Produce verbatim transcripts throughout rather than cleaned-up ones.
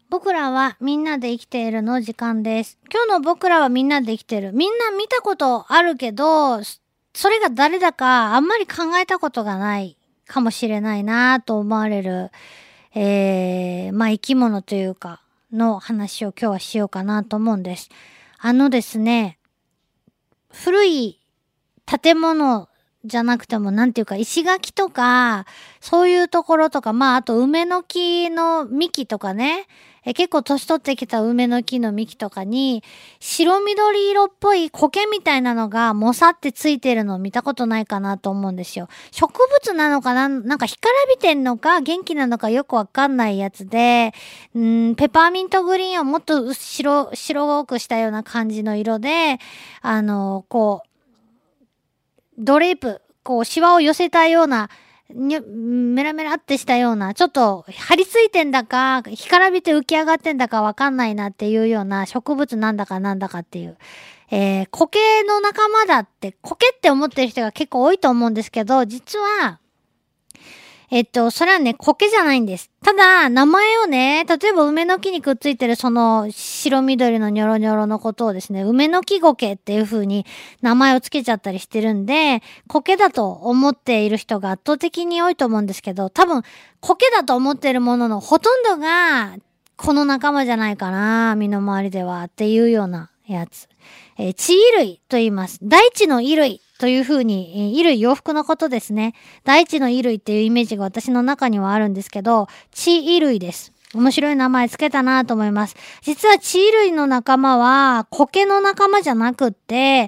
僕らはみんなで生きているの時間です。今日の僕らはみんなで生きている。みんな見たことあるけど、それが誰だかあんまり考えたことがないかもしれないなと思われる、えー、まあ生き物というかの話を今日はしようかなと思うんです。あのですね、古い建物じゃなくてもなんていうか石垣とかそういうところとか、まああと梅の木の幹とかね、え結構年取ってきた梅の木の幹とかに白緑色っぽい苔みたいなのがもさってついてるのを見たことないかなと思うんですよ。植物なのかな、なんか干からびてんのか元気なのかよくわかんないやつで、んーペパーミントグリーンをもっと白、白くしたような感じの色で、あの、こう、ドレープ、こう、シワを寄せたような、にメラメラってしたような、ちょっと張り付いてんだか、干からびて浮き上がってんだかわかんないなっていうような植物なんだかなんだかっていう。えー、苔の仲間だって、苔って思ってる人が結構多いと思うんですけど、実は、えっと、それはね、苔じゃないんです。ただ、名前をね、例えば梅の木にくっついてるその白緑のニョロニョロのことをですね、梅の木苔っていう風に名前をつけちゃったりしてるんで、苔だと思っている人が圧倒的に多いと思うんですけど、多分、苔だと思っているもののほとんどが、この仲間じゃないかな、身の回りではっていうようなやつ。えー、地衣類と言います。大地の衣類という風に、えー、衣類洋服のことですね。大地の衣類っていうイメージが私の中にはあるんですけど、地衣類です。面白い名前つけたなと思います。実は地衣類の仲間は苔の仲間じゃなくって、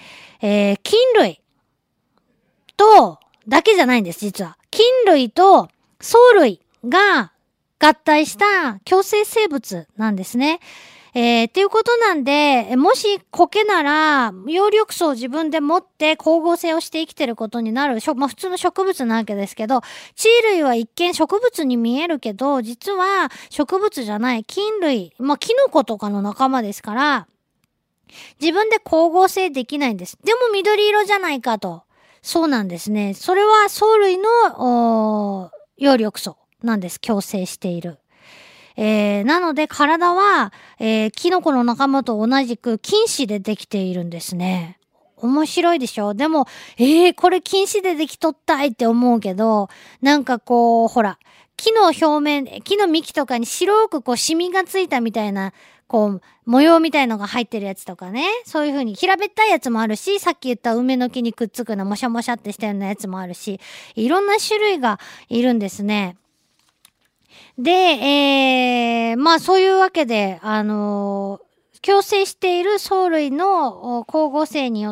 えー、菌類と、だけじゃないんです、実は。菌類と藻類が合体した共生生物なんですね。えー、っていうことなんで、もし苔なら、葉緑素を自分で持って光合成をして生きてることになる、まあ普通の植物なわけですけど、地衣類は一見植物に見えるけど、実は植物じゃない菌類、まあキノコとかの仲間ですから、自分で光合成できないんです。でも緑色じゃないかと。そうなんですね。それは藻類の、お葉緑素なんです。共生している。えー、なので体は、えー、キノコの仲間と同じく菌糸でできているんですね。面白いでしょ？でも、えー、これ菌糸でできとったいって思うけど、なんかこう、ほら、木の表面、木の幹とかに白くこうシミがついたみたいな、こう、模様みたいのが入ってるやつとかね。そういう風に平べったいやつもあるし、さっき言った梅の木にくっつくのもしゃもしゃってしたようなやつもあるし、いろんな種類がいるんですね。で、えー、まあそういうわけで、あのー共生している藻類の光合成によって、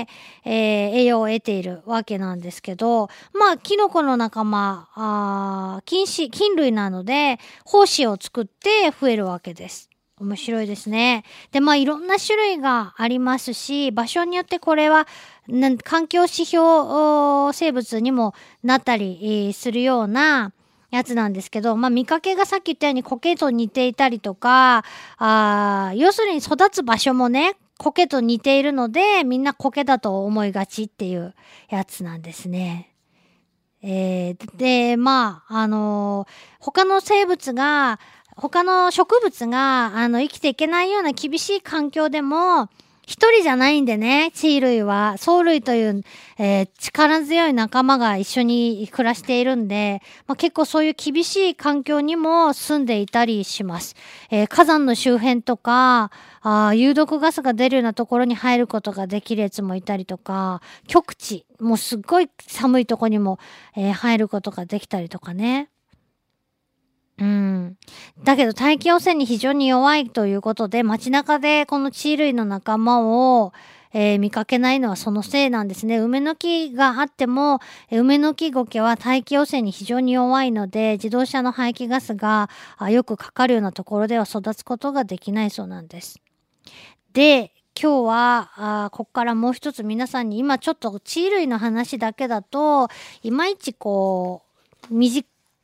えー、栄養を得ているわけなんですけど、まあ、キノコの仲間、あ菌糸、菌類なので、胞子を作って増えるわけです。面白いですね。で、まあ、いろんな種類がありますし、場所によってこれは、環境指標生物にもなったりするような、やつなんですけど、まあ見かけがさっき言ったように苔と似ていたりとか、あ要するに育つ場所もね、苔と似ているので、みんな苔だと思いがちっていうやつなんですね。えー、で、まあ、あのー他の生物が、他の植物が、あの、生きていけないような厳しい環境でも、一人じゃないんでね、地衣類は、藻類という、えー力強い仲間が一緒に暮らしているんで、まあ、結構そういう厳しい環境にも住んでいたりします。えー火山の周辺とか、あー有毒ガスが出るようなところに入ることができるやつもいたりとか、極地、もうすっごい寒いところにも、えー入ることができたりとかね。うん。だけど大気汚染に非常に弱いということで、街中でこの地衣類の仲間を、えー見かけないのはそのせいなんですね。梅の木があっても、えー梅の木苔は大気汚染に非常に弱いので、自動車の排気ガスがあよくかかるようなところでは育つことができないそうなんです。で、今日は、あーここからもう一つ皆さんに、今ちょっと地衣類の話だけだと、いまいちこう、短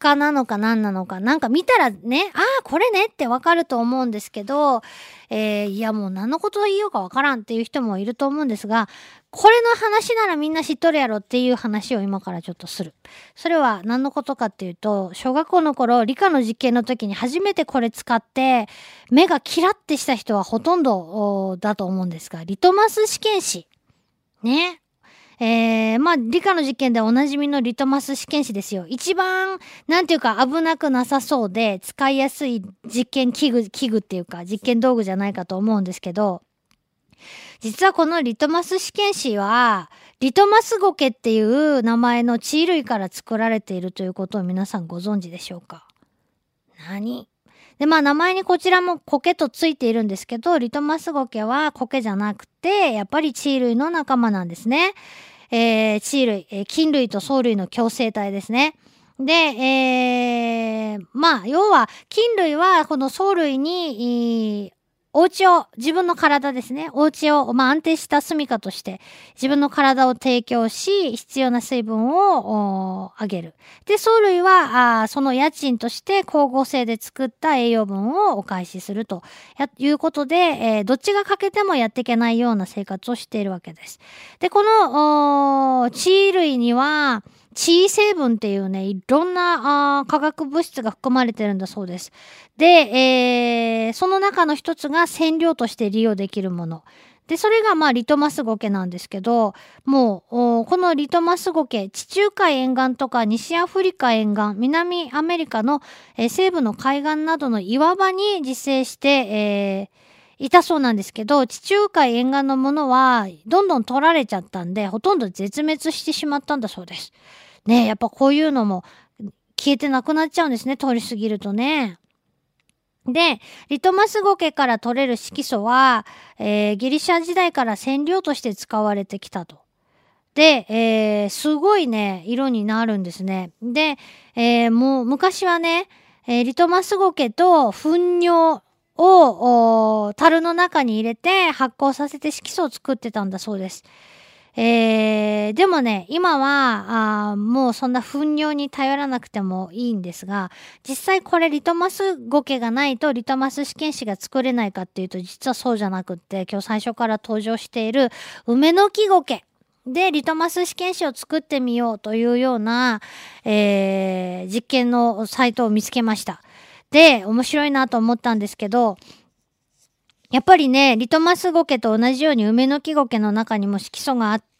化なのか何なのか、なんか見たらね、ああ、これねってわかると思うんですけど、えー、いやもう何のことを言おうかわからんっていう人もいると思うんですが、これの話ならみんな知っとるやろっていう話を今からちょっとする。それは何のことかっていうと、小学校の頃理科の実験の時に初めてこれ使って目がキラッてした人はほとんどだと思うんですが、リトマス試験紙。ね。えー、まあ、理科の実験でおなじみのリトマス試験紙ですよ。一番、なんていうか危なくなさそうで、使いやすい実験器具、器具っていうか、実験道具じゃないかと思うんですけど、実はこのリトマス試験紙は、リトマスゴケっていう名前の地衣類から作られているということを皆さんご存知でしょうか？何？で、まあ名前にこちらも苔とついているんですけど、リトマスゴケは苔じゃなくて、やっぱり地衣類の仲間なんですね。えー、地衣類、えー、菌類と藻類の共生体ですね。で、えー、まあ、要は、菌類はこの藻類に、お家を、自分の体ですね。お家を、まあ、安定した住処として、自分の体を提供し、必要な水分をあげる。で、藻類は、あその家賃として光合成で作った栄養分をお返しするということで、えー、どっちが欠けてもやっていけないような生活をしているわけです。で、この、地衣類には、地位成分っていうね、いろんなあ化学物質が含まれてるんだそうです。で、えー、その中の一つが染料として利用できるもの。で、それがまあリトマスゴケなんですけど、もう、このリトマスゴケ、地中海沿岸とか西アフリカ沿岸、南アメリカの、えー、西部の海岸などの岩場に自生して、えー、いたそうなんですけど、地中海沿岸のものはどんどん取られちゃったんで、ほとんど絶滅してしまったんだそうです。ねえ、やっぱこういうのも消えてなくなっちゃうんですね、通り過ぎるとね。で、リトマスゴケから取れる色素は、えー、ギリシャ時代から染料として使われてきたと。で、えー、すごいね、色になるんですね。で、えー、もう昔はね、えー、リトマスゴケと糞尿を樽の中に入れて発酵させて色素を作ってたんだそうです。えー、でもね、今は、あもうそんな糞尿に頼らなくてもいいんですが、実際これリトマスゴケがないとリトマス試験紙が作れないかっていうと、実はそうじゃなくって、今日最初から登場している梅の木ゴケでリトマス試験紙を作ってみようというような、えー、実験のサイトを見つけました。で、面白いなと思ったんですけど、やっぱりね、リトマスゴケと同じように梅の木ゴケの中にも色素があって、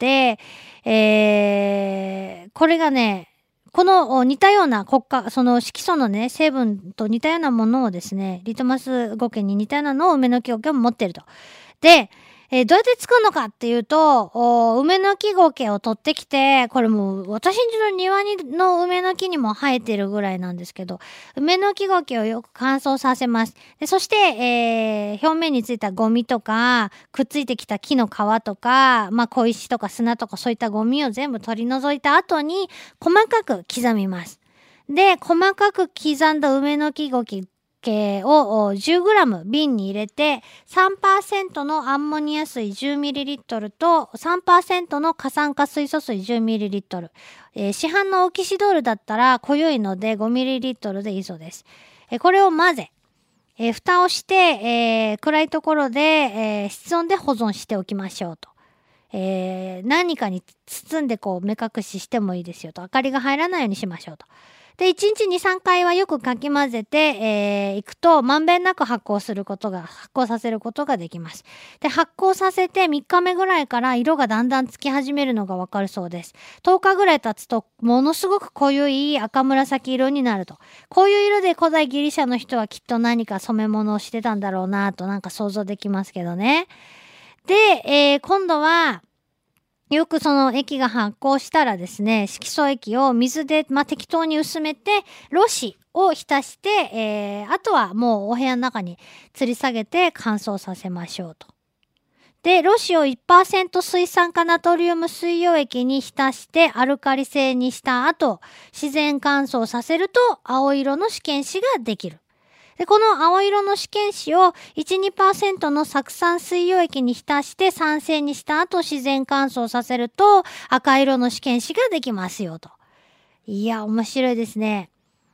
えー、これがね、この似たような国家、その色素のね、成分と似たようなものをですね、リトマスゴケに似たようなのを梅の木ゴケも持ってると。で、えー、どうやって作るのかっていうと、梅の木ゴケを取ってきて、これもう私んちの庭にの梅の木にも生えてるぐらいなんですけど、梅の木ゴケをよく乾燥させます。でそして、えー、表面についたゴミとか、くっついてきた木の皮とか、まあ小石とか砂とかそういったゴミを全部取り除いた後に、細かく刻みます。で、細かく刻んだ梅の木ゴケを じゅうグラム 瓶に入れて さんパーセント のアンモニア水 じゅうミリリットル と さんパーセント の過酸化水素水 じゅうミリリットル、えー、市販のオキシドールだったら濃いので ごミリリットル でいいそうです。えー、これを混ぜ、えー、蓋をして、えー、暗いところで、えー、室温で保存しておきましょうと。えー、何かに包んでこう目隠ししてもいいですよと。明かりが入らないようにしましょうと。で、いちにちに、さんかいはよくかき混ぜて、えー、いくと、まんべんなく発酵することが、発酵させることができます。で、発酵させてみっかめぐらいから色がだんだんつき始めるのがわかるそうです。とおかぐらい経つと、ものすごく濃い赤紫色になると。こういう色で古代ギリシャの人はきっと何か染め物をしてたんだろうなとなんか想像できますけどね。で、えー、今度は、よくその液が発酵したらですね、色素液を水で、まあ、適当に薄めて、ろ紙を浸して、えー、あとはもうお部屋の中に吊り下げて乾燥させましょうと。で、ろ紙を いちパーセント 水酸化ナトリウム水溶液に浸してアルカリ性にした後、自然乾燥させると青色の試験紙ができる。で、この青色の試験紙を いち、にパーセント の酢酸水溶液に浸して酸性にした後自然乾燥させると赤色の試験紙ができますよと。いや、面白いですね。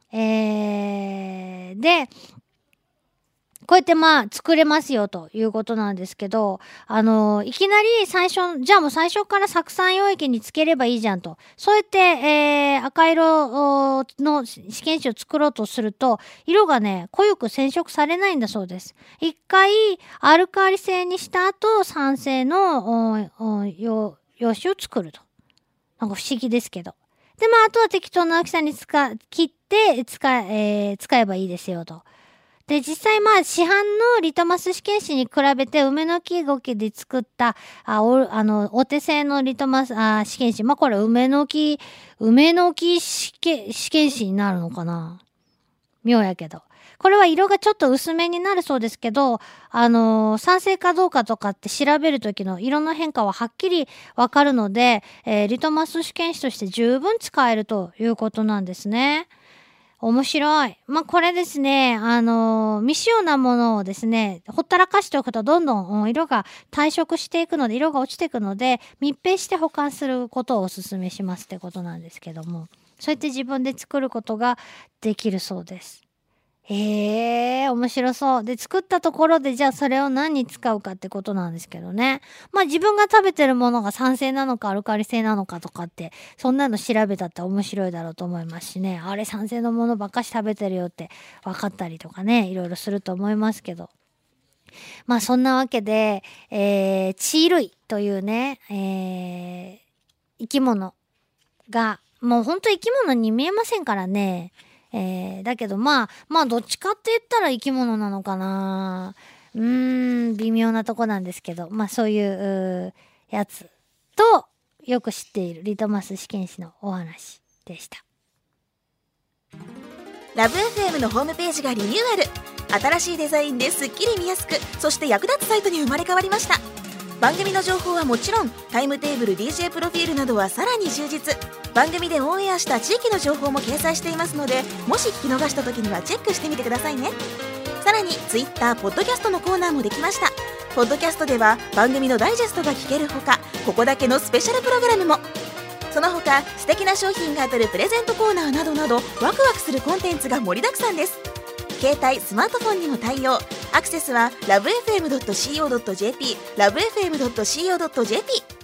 えー、で、こうやってまあ作れますよということなんですけど、あの、いきなり最初、じゃあもう最初から酢酸溶液につければいいじゃんと。そうやって、えー、赤色の試験紙を作ろうとすると、色がね、濃く染色されないんだそうです。一回、アルカリ性にした後、酸性の用紙を作ると。なんか不思議ですけど。で、まあ、あとは適当な大きさに使、切って使、えー、使えばいいですよと。で、実際まあ市販のリトマス試験紙に比べて梅の木ゴケで作った、あ、お、あの、お手製のリトマス、あ、試験紙。まあこれ梅の木、梅の木試験、試験紙になるのかな？妙やけど。これは色がちょっと薄めになるそうですけど、あのー、酸性かどうかとかって調べるときの色の変化ははっきりわかるので、えー、リトマス試験紙として十分使えるということなんですね。面白い。まあ、これですね、あのー、未使用なものをですね、ほったらかしておくとどんどん、うん、色が退色していくので、色が落ちていくので、密閉して保管することをお勧めしますってことなんですけども、そうやって自分で作ることができるそうです。へえ、面白そう。で、作ったところで、じゃあそれを何に使うかってことなんですけどね。まあ自分が食べてるものが酸性なのかアルカリ性なのかとかって、そんなの調べたって面白いだろうと思いますしね。あれ酸性のものばっかし食べてるよって分かったりとかね、いろいろすると思いますけど。まあそんなわけで、えー、地類というね、えー、生き物が、もうほんと生き物に見えませんからね。えー、だけどまあ、まあどっちかって言ったら生き物なのかな。うーん、微妙なとこなんですけど、まあそういう、うやつと、よく知っているリトマス試験紙のお話でした。 ラブ エフエム のホームページがリニューアル。新しいデザインですっきり見やすく、そして役立つサイトに生まれ変わりました。番組の情報はもちろん、タイムテーブル、 ディージェー プロフィールなどはさらに充実。番組でオンエアした地域の情報も掲載していますので、もし聞き逃した時にはチェックしてみてくださいね。さらに Twitter、ポッドキャストのコーナーもできました。ポッドキャストでは番組のダイジェストが聞けるほか、ここだけのスペシャルプログラムも。その他素敵な商品が当たるプレゼントコーナーなどなど、ワクワクするコンテンツが盛りだくさんです。携帯、スマートフォンにも対応。アクセスは ラブエフエムドットシーオードットジェーピー、ラブエフエムドットシーオードットジェーピー